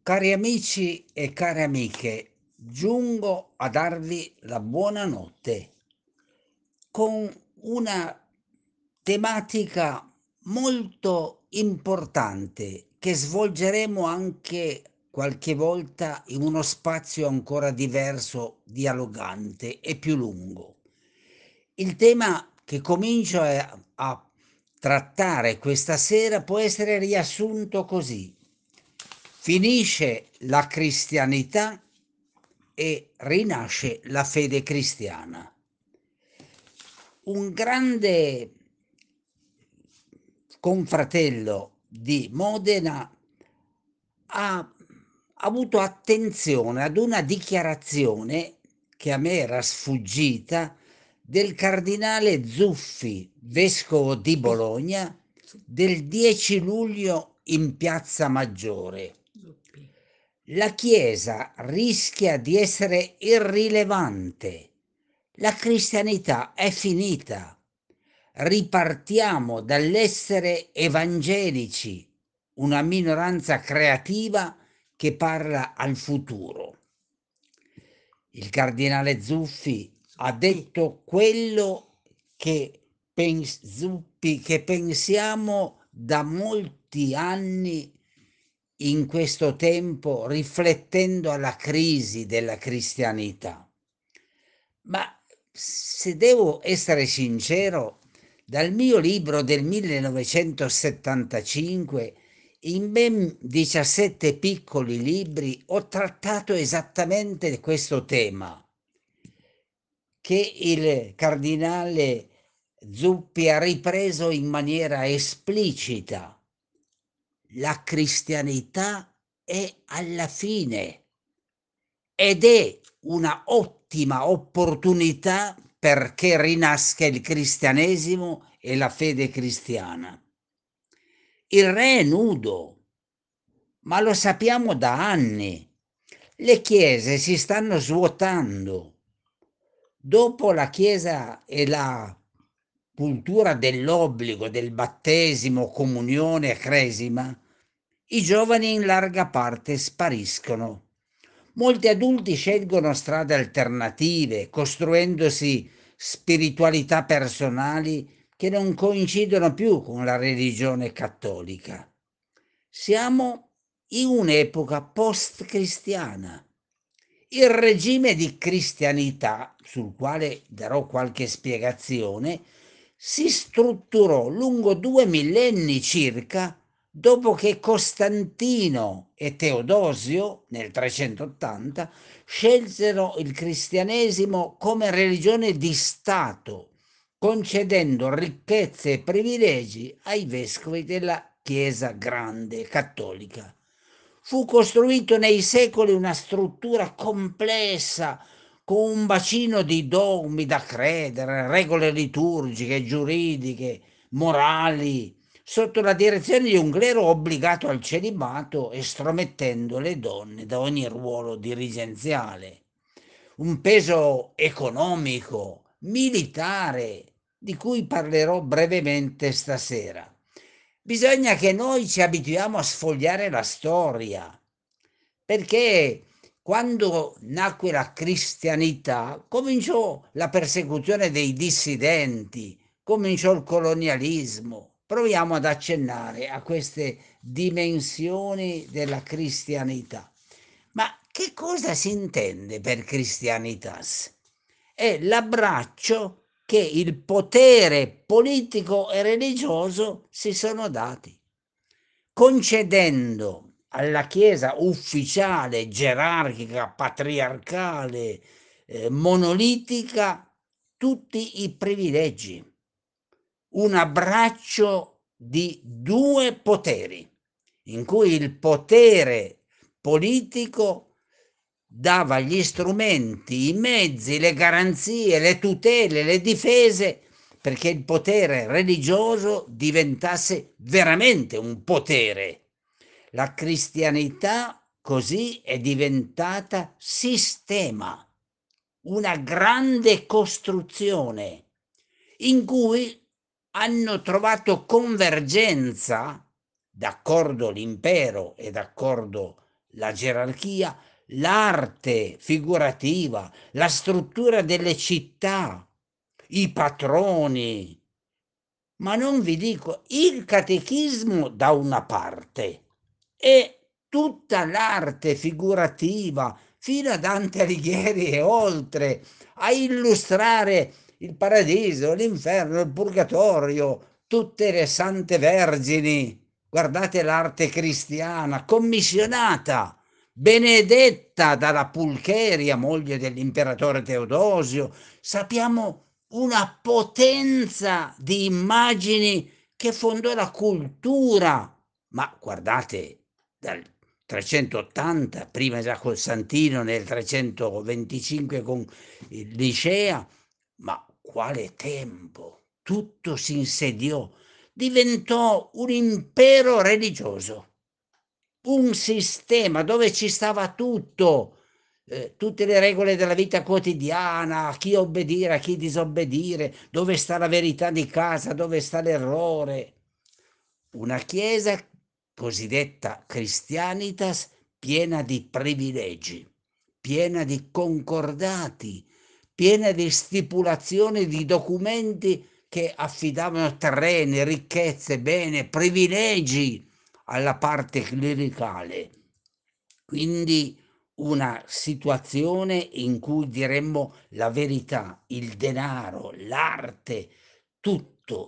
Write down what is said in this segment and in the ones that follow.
Cari amici e care amiche, giungo a darvi la buonanotte con una tematica molto importante che svolgeremo anche qualche volta in uno spazio ancora diverso, dialogante e più lungo. Il tema che comincio a trattare questa sera può essere riassunto così: finisce la cristianità e rinasce la fede cristiana. Un grande confratello di Modena ha avuto attenzione ad una dichiarazione che a me era sfuggita del cardinale Zuffi, vescovo di Bologna, del 10 luglio in Piazza Maggiore. La Chiesa rischia di essere irrilevante. La cristianità è finita. Ripartiamo dall'essere evangelici, una minoranza creativa che parla al futuro. Il cardinale Zuffi ha detto quello Zuppi, che pensiamo da molti anni in questo tempo, riflettendo alla crisi della cristianità. Ma se devo essere sincero, dal mio libro del 1975, in ben 17 piccoli libri, ho trattato esattamente questo tema, che il cardinale Zuppi ha ripreso in maniera esplicita. La cristianità è alla fine ed è una ottima opportunità perché rinasca il cristianesimo e la fede cristiana. Il re è nudo, ma lo sappiamo da anni. Le chiese si stanno svuotando. Dopo la Chiesa e la cultura dell'obbligo, del battesimo, comunione e cresima, i giovani in larga parte spariscono. Molti adulti scelgono strade alternative, costruendosi spiritualità personali che non coincidono più con la religione cattolica. Siamo in un'epoca post-cristiana. Il regime di cristianità, sul quale darò qualche spiegazione, si strutturò lungo 2 millenni circa dopo che Costantino e Teodosio, nel 380, scelsero il cristianesimo come religione di Stato, concedendo ricchezze e privilegi ai vescovi della Chiesa grande cattolica. Fu costruito nei secoli una struttura complessa con un bacino di dogmi da credere, regole liturgiche, giuridiche, morali, sotto la direzione di un clero obbligato al celibato, estromettendo le donne da ogni ruolo dirigenziale. Un peso economico, militare, di cui parlerò brevemente stasera. Bisogna che noi ci abituiamo a sfogliare la storia, perché quando nacque la cristianità cominciò la persecuzione dei dissidenti, cominciò il colonialismo. Proviamo ad accennare a queste dimensioni della cristianità. Ma che cosa si intende per cristianitas? È l'abbraccio che il potere politico e religioso si sono dati, concedendo alla Chiesa ufficiale, gerarchica, patriarcale, monolitica, tutti i privilegi. Un abbraccio di due poteri, in cui il potere politico dava gli strumenti, i mezzi, le garanzie, le tutele, le difese perché il potere religioso diventasse veramente un potere. La cristianità così è diventata sistema, una grande costruzione in cui hanno trovato convergenza, d'accordo l'impero e d'accordo la gerarchia, l'arte figurativa, la struttura delle città, i patroni, ma non vi dico il catechismo da una parte e tutta l'arte figurativa, fino a Dante Alighieri e oltre, a illustrare il paradiso, l'inferno, il purgatorio, tutte le sante vergini. Guardate l'arte cristiana, commissionata, benedetta dalla Pulcheria, moglie dell'imperatore Teodosio. Sappiamo una potenza di immagini che fondò la cultura. Ma guardate, dal 380, prima già col Santino, nel 325 con il Licea, ma quale tempo! Tutto si insediò, diventò un impero religioso, un sistema dove ci stava tutto, tutte le regole della vita quotidiana, a chi obbedire, a chi disobbedire, dove sta la verità di casa, dove sta l'errore. Una chiesa cosiddetta Christianitas piena di privilegi, piena di concordati, piena di stipulazioni di documenti che affidavano terreni, ricchezze, bene, privilegi alla parte clericale. Quindi una situazione in cui diremmo la verità, il denaro, l'arte, tutto,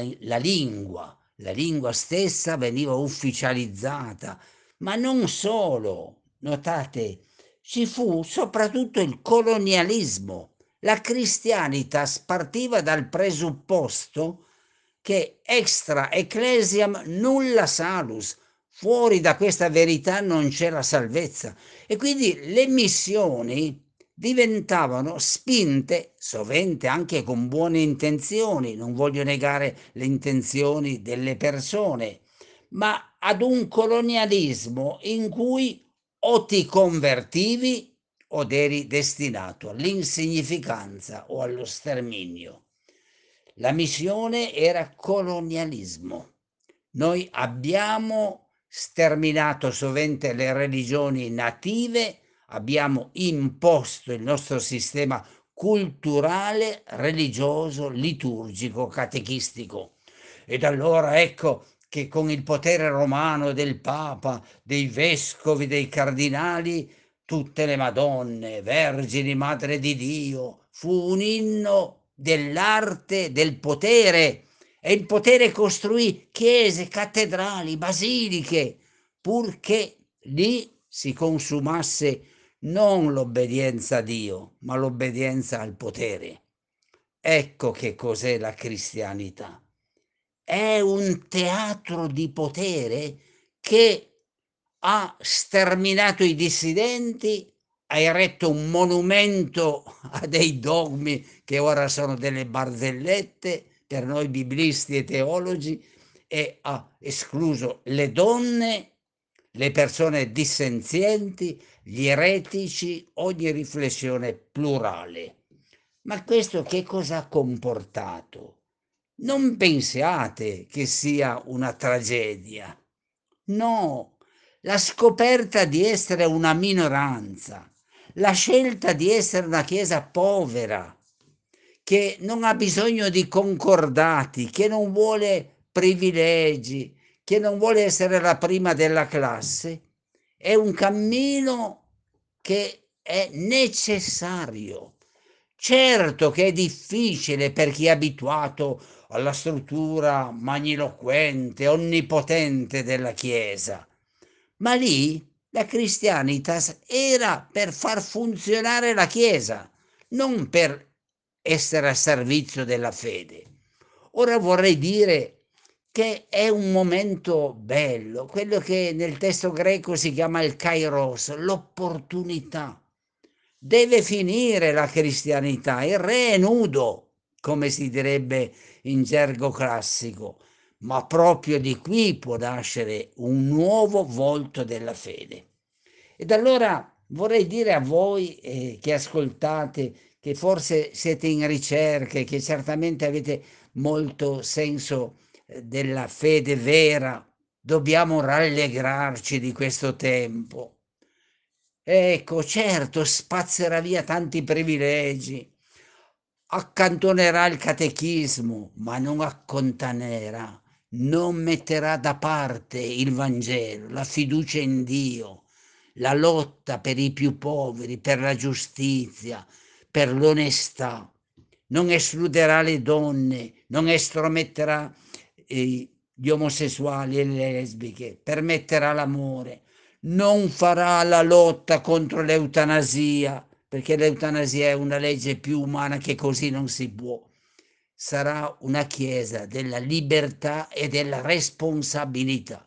la lingua stessa veniva ufficializzata, ma non solo, notate, ci fu soprattutto il colonialismo. La Christianitas partiva dal presupposto che extra ecclesiam nulla salus, fuori da questa verità non c'è la salvezza. E quindi le missioni diventavano spinte, sovente anche con buone intenzioni, non voglio negare le intenzioni delle persone, ma ad un colonialismo in cui o ti convertivi o eri destinato all'insignificanza o allo sterminio. La missione era colonialismo. Noi abbiamo sterminato sovente le religioni native, abbiamo imposto il nostro sistema culturale, religioso, liturgico, catechistico. Ed allora ecco che con il potere romano del Papa, dei vescovi, dei cardinali, tutte le Madonne, Vergini, Madre di Dio, fu un inno dell'arte, del potere, e il potere costruì chiese, cattedrali, basiliche, purché lì si consumasse non l'obbedienza a Dio, ma l'obbedienza al potere. Ecco che cos'è la cristianità. È un teatro di potere che ha sterminato i dissidenti, ha eretto un monumento a dei dogmi che ora sono delle barzellette per noi biblisti e teologi, e ha escluso le donne, le persone dissenzienti, gli eretici, ogni riflessione plurale. Ma questo che cosa ha comportato? Non pensiate che sia una tragedia. No, la scoperta di essere una minoranza, la scelta di essere una chiesa povera, che non ha bisogno di concordati, che non vuole privilegi, che non vuole essere la prima della classe, è un cammino che è necessario. Certo che è difficile per chi è abituato alla struttura magniloquente, onnipotente della Chiesa, ma lì la Christianitas era per far funzionare la Chiesa, non per essere a servizio della fede. Ora vorrei dire che è un momento bello, quello che nel testo greco si chiama il kairos, l'opportunità. Deve finire la cristianità, il re è nudo, come si direbbe in gergo classico, ma proprio di qui può nascere un nuovo volto della fede. Ed allora vorrei dire a voi che ascoltate, che forse siete in ricerche, che certamente avete molto senso della fede vera, dobbiamo rallegrarci di questo tempo. Ecco, certo, spazzerà via tanti privilegi, accantonerà il catechismo, ma non accontanerà, non metterà da parte il Vangelo, la fiducia in Dio, la lotta per i più poveri, per la giustizia, per l'onestà. Non escluderà le donne, non estrometterà gli omosessuali e le lesbiche, permetterà l'amore, non farà la lotta contro l'eutanasia, perché l'eutanasia è una legge più umana che così non si può. Sarà una chiesa della libertà e della responsabilità.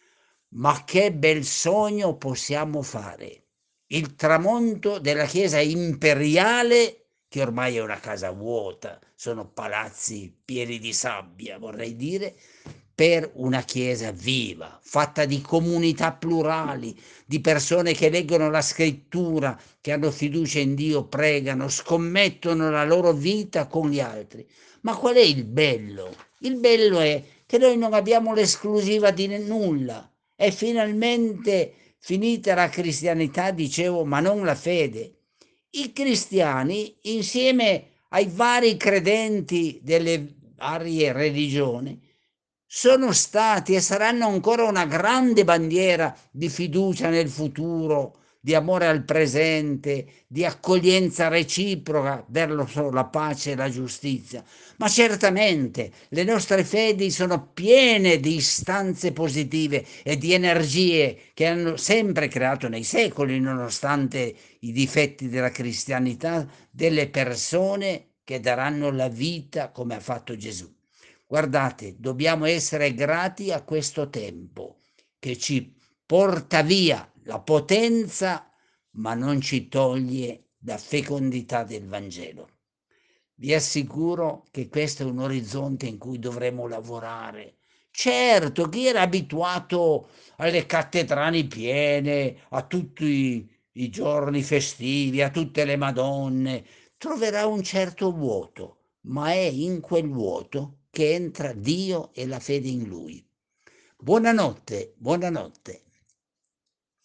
Ma che bel sogno possiamo fare! Il tramonto della chiesa imperiale, che ormai è una casa vuota, sono palazzi pieni di sabbia, vorrei dire, per una chiesa viva, fatta di comunità plurali, di persone che leggono la scrittura, che hanno fiducia in Dio, pregano, scommettono la loro vita con gli altri. Ma qual è il bello? Il bello è che noi non abbiamo l'esclusiva di nulla. È finalmente finita la cristianità, dicevo, ma non la fede. I cristiani, insieme ai vari credenti delle varie religioni, sono stati e saranno ancora una grande bandiera di fiducia nel futuro, di amore al presente, di accoglienza reciproca verso la pace e la giustizia. Ma certamente le nostre fedi sono piene di istanze positive e di energie che hanno sempre creato nei secoli, nonostante i difetti della cristianità, delle persone che daranno la vita come ha fatto Gesù. Guardate, dobbiamo essere grati a questo tempo che ci porta via la potenza, ma non ci toglie la fecondità del Vangelo. Vi assicuro che questo è un orizzonte in cui dovremo lavorare. Certo, chi era abituato alle cattedrali piene, a tutti i giorni festivi, a tutte le Madonne, troverà un certo vuoto, ma è in quel vuoto che entra Dio e la fede in Lui. Buonanotte, buonanotte.